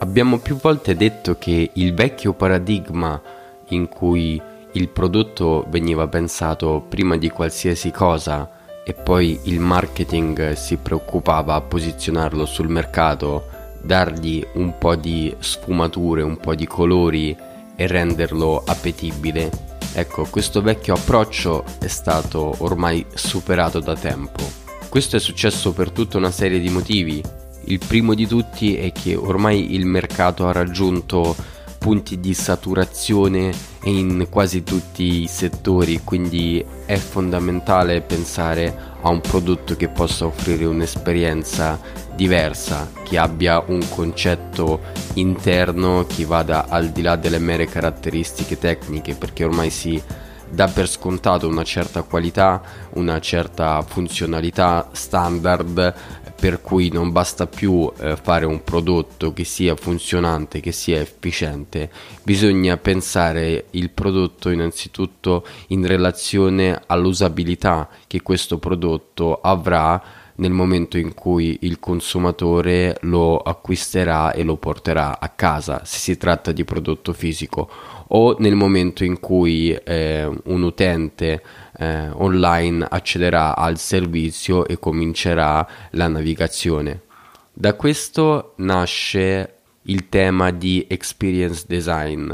Abbiamo più volte detto che il vecchio paradigma in cui il prodotto veniva pensato prima di qualsiasi cosa e poi il marketing si preoccupava a posizionarlo sul mercato, dargli un po' di sfumature, un po' di colori e renderlo appetibile. Ecco, questo vecchio approccio è stato ormai superato da tempo. Questo è successo per tutta una serie di motivi. Il primo di tutti è che ormai il mercato ha raggiunto punti di saturazione in quasi tutti i settori, quindi è fondamentale pensare a un prodotto che possa offrire un'esperienza diversa, che abbia un concetto interno che vada al di là delle mere caratteristiche tecniche, perché ormai si dà per scontato una certa qualità, una certa funzionalità standard, per cui non basta più fare un prodotto che sia funzionante, che sia efficiente. Bisogna pensare il prodotto innanzitutto in relazione all'usabilità che questo prodotto avrà nel momento in cui il consumatore lo acquisterà e lo porterà a casa, se si tratta di prodotto fisico, o nel momento in cui un utente online accederà al servizio e comincerà la navigazione. Da questo nasce il tema di experience design.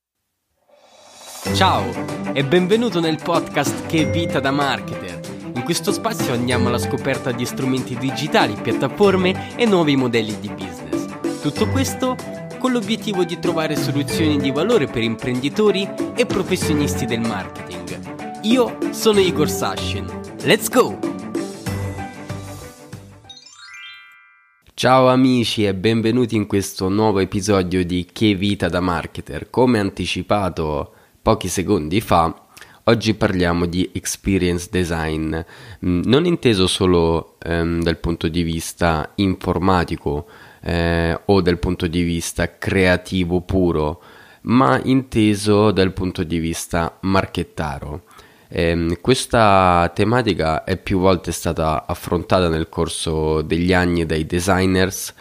Ciao e benvenuto nel podcast Che vita da marketer. In questo spazio andiamo alla scoperta di strumenti digitali, piattaforme e nuovi modelli di business. Tutto questo con l'obiettivo di trovare soluzioni di valore per imprenditori e professionisti del marketing. Io sono Igor Sashin. Let's go! Ciao amici e benvenuti in questo nuovo episodio di Che vita da marketer. Come anticipato pochi secondi fa, oggi parliamo di experience design, non inteso solo dal punto di vista informatico o dal punto di vista creativo puro, ma inteso dal punto di vista marchettaro. Questa tematica è più volte stata affrontata nel corso degli anni dai designers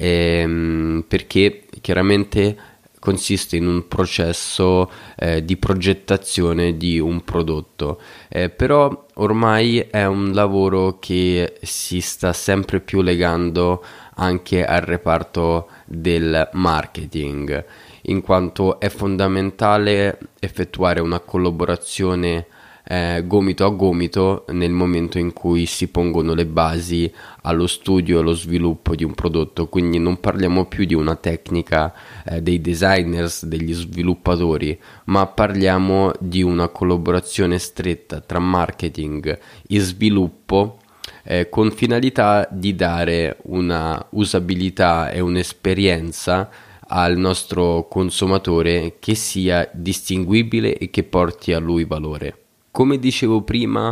perché chiaramente consiste in un processo di progettazione di un prodotto, però ormai è un lavoro che si sta sempre più legando anche al reparto del marketing, in quanto è fondamentale effettuare una collaborazione gomito a gomito nel momento in cui si pongono le basi allo studio e allo sviluppo di un prodotto. Quindi non parliamo più di una tecnica dei designers, degli sviluppatori, ma parliamo di una collaborazione stretta tra marketing e sviluppo con finalità di dare una usabilità e un'esperienza al nostro consumatore che sia distinguibile e che porti a lui valore. Come dicevo prima,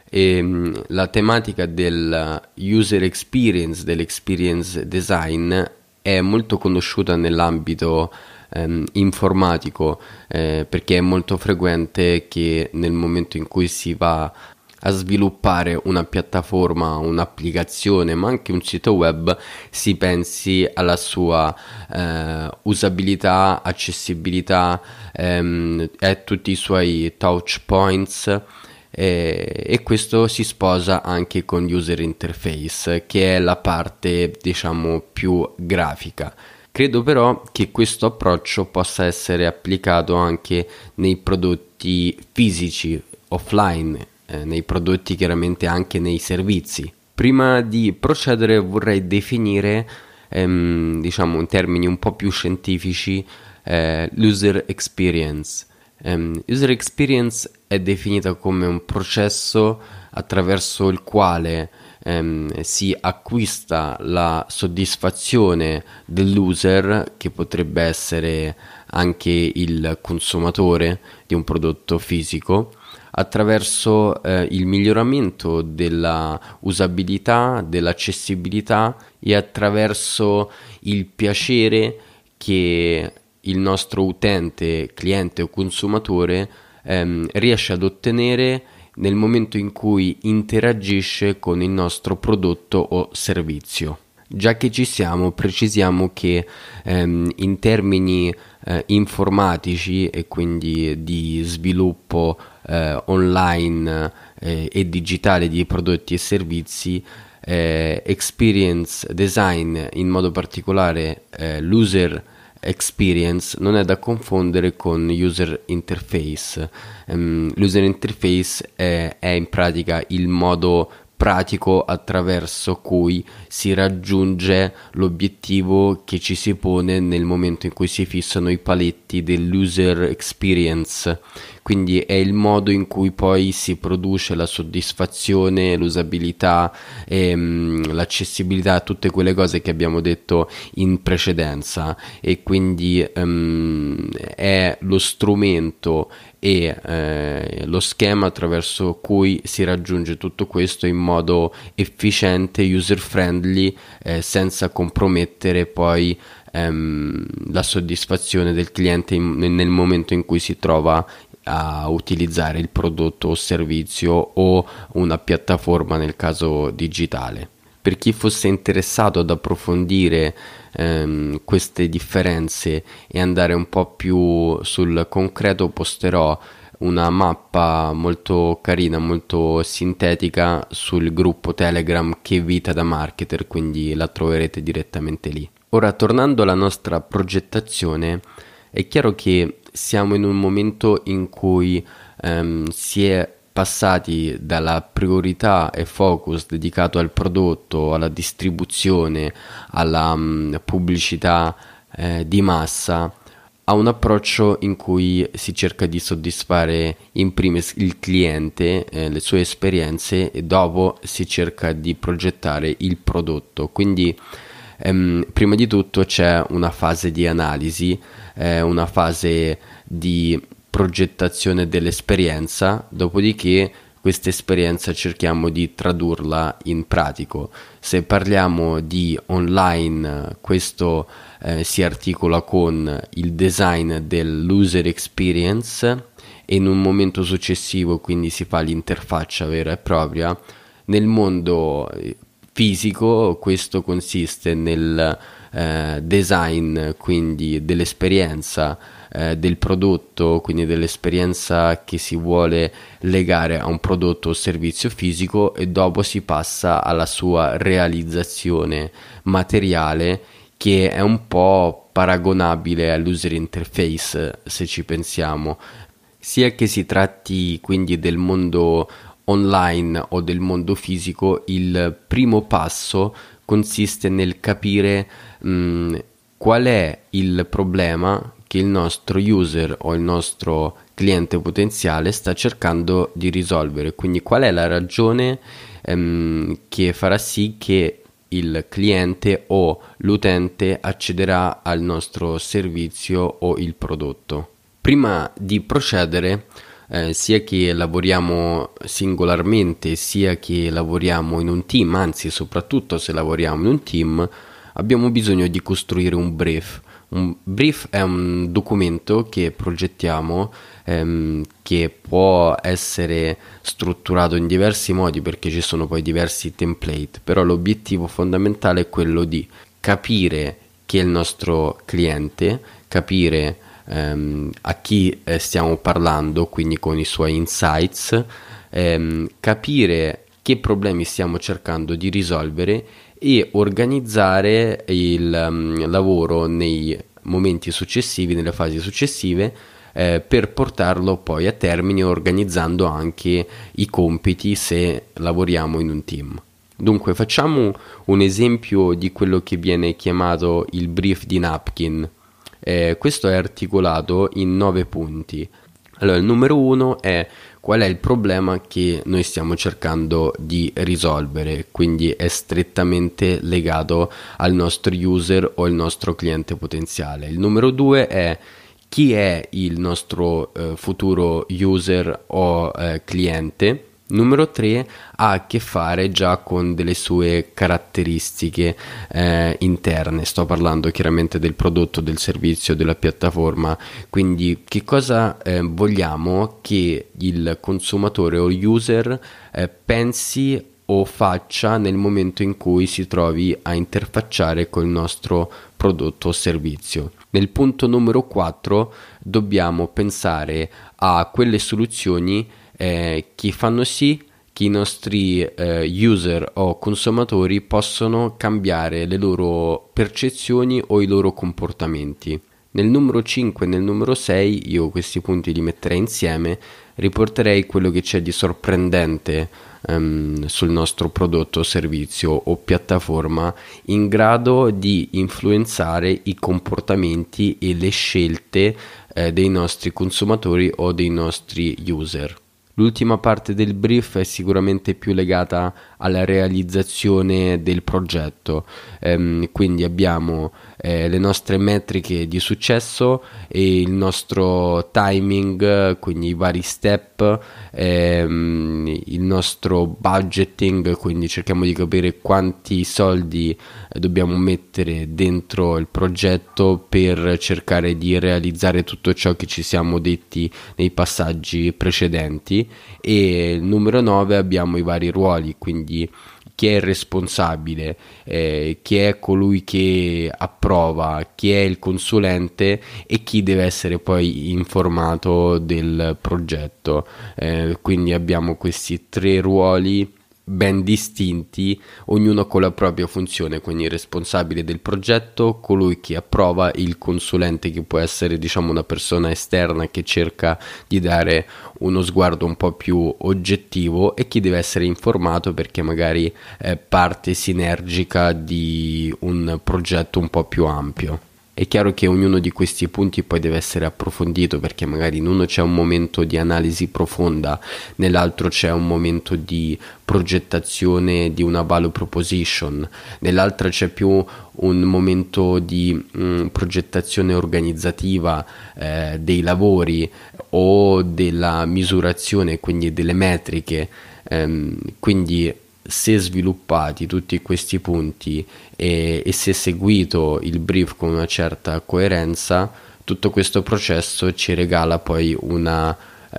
la tematica del user experience, dell'experience design è molto conosciuta nell'ambito informatico, perché è molto frequente che nel momento in cui si va a sviluppare una piattaforma, un'applicazione, ma anche un sito web, si pensi alla sua usabilità, accessibilità, a tutti i suoi touch points, e questo si sposa anche con user interface, che è la parte, diciamo, più grafica. Credo però che questo approccio possa essere applicato anche nei prodotti fisici, offline, nei prodotti, chiaramente anche nei servizi. Prima di procedere vorrei definire, diciamo in termini un po' più scientifici, l'user experience. User experience è definita come un processo attraverso il quale si acquista la soddisfazione dell'user, che potrebbe essere anche il consumatore di un prodotto fisico, attraverso il miglioramento della usabilità, dell'accessibilità e attraverso il piacere che il nostro utente, cliente o consumatore riesce ad ottenere nel momento in cui interagisce con il nostro prodotto o servizio. Già che ci siamo, precisiamo che in termini informatici e quindi di sviluppo online e digitale di prodotti e servizi, experience design, in modo particolare l'user experience, non è da confondere con user interface. L'user interface è in pratica il modo pratico attraverso cui si raggiunge l'obiettivo che ci si pone nel momento in cui si fissano i paletti dell'user experience. Quindi è il modo in cui poi si produce la soddisfazione, l'usabilità e l'accessibilità, tutte quelle cose che abbiamo detto in precedenza, e quindi è lo strumento e lo schema attraverso cui si raggiunge tutto questo in modo efficiente, user friendly, senza compromettere poi la soddisfazione del cliente nel momento in cui si trova a utilizzare il prodotto o servizio o una piattaforma nel caso digitale. Per chi fosse interessato ad approfondire queste differenze e andare un po' più sul concreto, posterò una mappa molto carina, molto sintetica sul gruppo Telegram Che Vita da Marketer, quindi la troverete direttamente lì. Ora, tornando alla nostra progettazione, è chiaro che siamo in un momento in cui si è passati dalla priorità e focus dedicato al prodotto, alla distribuzione, alla pubblicità di massa, a un approccio in cui si cerca di soddisfare in primis il cliente, le sue esperienze, e dopo si cerca di progettare il prodotto. Quindi prima di tutto c'è una fase di analisi, una fase di progettazione dell'esperienza, dopodiché questa esperienza cerchiamo di tradurla in pratico. Se parliamo di online, questo si articola con il design dell'user experience, e in un momento successivo quindi si fa l'interfaccia vera e propria. Nel mondo fisico questo consiste nel design, quindi dell'esperienza del prodotto, quindi dell'esperienza che si vuole legare a un prodotto o servizio fisico, e dopo si passa alla sua realizzazione materiale, che è un po' paragonabile all'user interface, se ci pensiamo, sia che si tratti quindi del mondo online o del mondo fisico. Il primo passo consiste nel capire qual è il problema che il nostro user o il nostro cliente potenziale sta cercando di risolvere, quindi qual è la ragione che farà sì che il cliente o l'utente accederà al nostro servizio o il prodotto. Prima di procedere, sia che lavoriamo singolarmente sia che lavoriamo in un team, anzi soprattutto se lavoriamo in un team, abbiamo bisogno di costruire un brief. Un brief è un documento che progettiamo, che può essere strutturato in diversi modi, perché ci sono poi diversi template, però l'obiettivo fondamentale è quello di capire chi è il nostro cliente, capire a chi stiamo parlando, quindi con i suoi insights, capire che problemi stiamo cercando di risolvere e organizzare il lavoro nei momenti successivi, nelle fasi successive, per portarlo poi a termine, organizzando anche i compiti se lavoriamo in un team. Dunque, facciamo un esempio di quello che viene chiamato il brief di Napkin. Questo è articolato in 9 punti. Allora, il numero 1 è: qual è il problema che noi stiamo cercando di risolvere, quindi è strettamente legato al nostro user o al nostro cliente potenziale. Il numero 2 è: chi è il nostro futuro user o cliente. Numero 3 ha a che fare già con delle sue caratteristiche interne. Sto parlando chiaramente del prodotto, del servizio, della piattaforma. Quindi che cosa vogliamo che il consumatore o user pensi o faccia nel momento in cui si trovi a interfacciare col nostro prodotto o servizio. Nel punto numero 4 dobbiamo pensare a quelle soluzioni che fanno sì che i nostri user o consumatori possono cambiare le loro percezioni o i loro comportamenti. Nel numero 5 e nel numero 6 io questi punti li metterei insieme, riporterei quello che c'è di sorprendente sul nostro prodotto o servizio o piattaforma in grado di influenzare i comportamenti e le scelte dei nostri consumatori o dei nostri user. L'ultima parte del brief è sicuramente più legata alla realizzazione del progetto, quindi abbiamo le nostre metriche di successo e il nostro timing, quindi i vari step, il nostro budgeting, quindi cerchiamo di capire quanti soldi dobbiamo mettere dentro il progetto per cercare di realizzare tutto ciò che ci siamo detti nei passaggi precedenti. E il numero 9 abbiamo i vari ruoli, quindi chi è il responsabile, chi è colui che approva, chi è il consulente e chi deve essere poi informato del progetto. Quindi abbiamo questi 3 ruoli ben distinti, ognuno con la propria funzione, quindi il responsabile del progetto, colui che approva, il consulente che può essere una persona esterna che cerca di dare uno sguardo un po' più oggettivo, e chi deve essere informato perché magari è parte sinergica di un progetto un po' più ampio. È chiaro che ognuno di questi punti poi deve essere approfondito, perché magari in uno c'è un momento di analisi profonda, nell'altro c'è un momento di progettazione di una value proposition, nell'altra c'è più un momento di progettazione organizzativa dei lavori o della misurazione, quindi delle metriche, quindi se sviluppati tutti questi punti e se seguito il brief con una certa coerenza, tutto questo processo ci regala poi una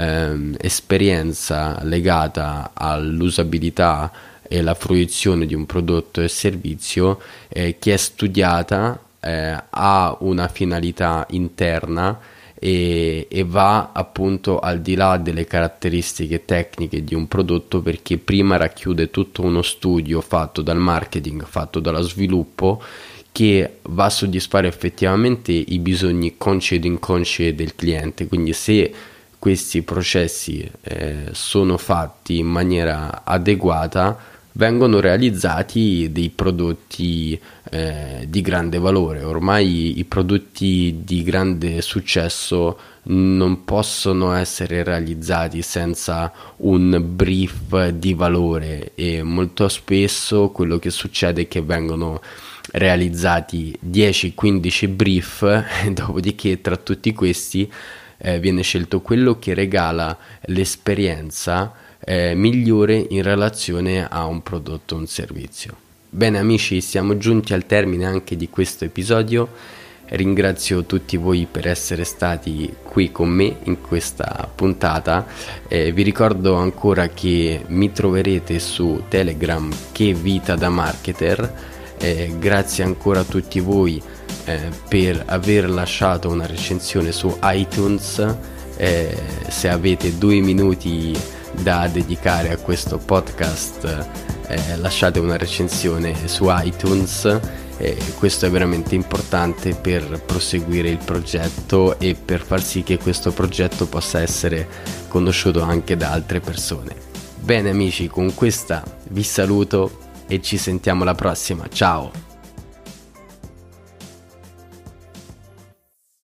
esperienza legata all'usabilità e alla fruizione di un prodotto e servizio che è studiata, ha una finalità interna e va appunto al di là delle caratteristiche tecniche di un prodotto, perché prima racchiude tutto uno studio fatto dal marketing, fatto dallo sviluppo, che va a soddisfare effettivamente i bisogni consci ed inconsci del cliente. Quindi se questi processi sono fatti in maniera adeguata, vengono realizzati dei prodotti di grande valore. Ormai i prodotti di grande successo non possono essere realizzati senza un brief di valore, e molto spesso quello che succede è che vengono realizzati 10-15 brief, dopodiché tra tutti questi viene scelto quello che regala l'esperienza migliore in relazione a un prodotto o un servizio. Bene amici, siamo giunti al termine anche di questo episodio. Ringrazio tutti voi per essere stati qui con me in questa puntata. Vi ricordo ancora che mi troverete su Telegram, Che Vita da Marketer. Grazie ancora a tutti voi per aver lasciato una recensione su iTunes. Se avete 2 minuti da dedicare a questo podcast, lasciate una recensione su iTunes. Questo è veramente importante per proseguire il progetto e per far sì che questo progetto possa essere conosciuto anche da altre persone. Bene amici, con questa vi saluto e ci sentiamo alla prossima. Ciao!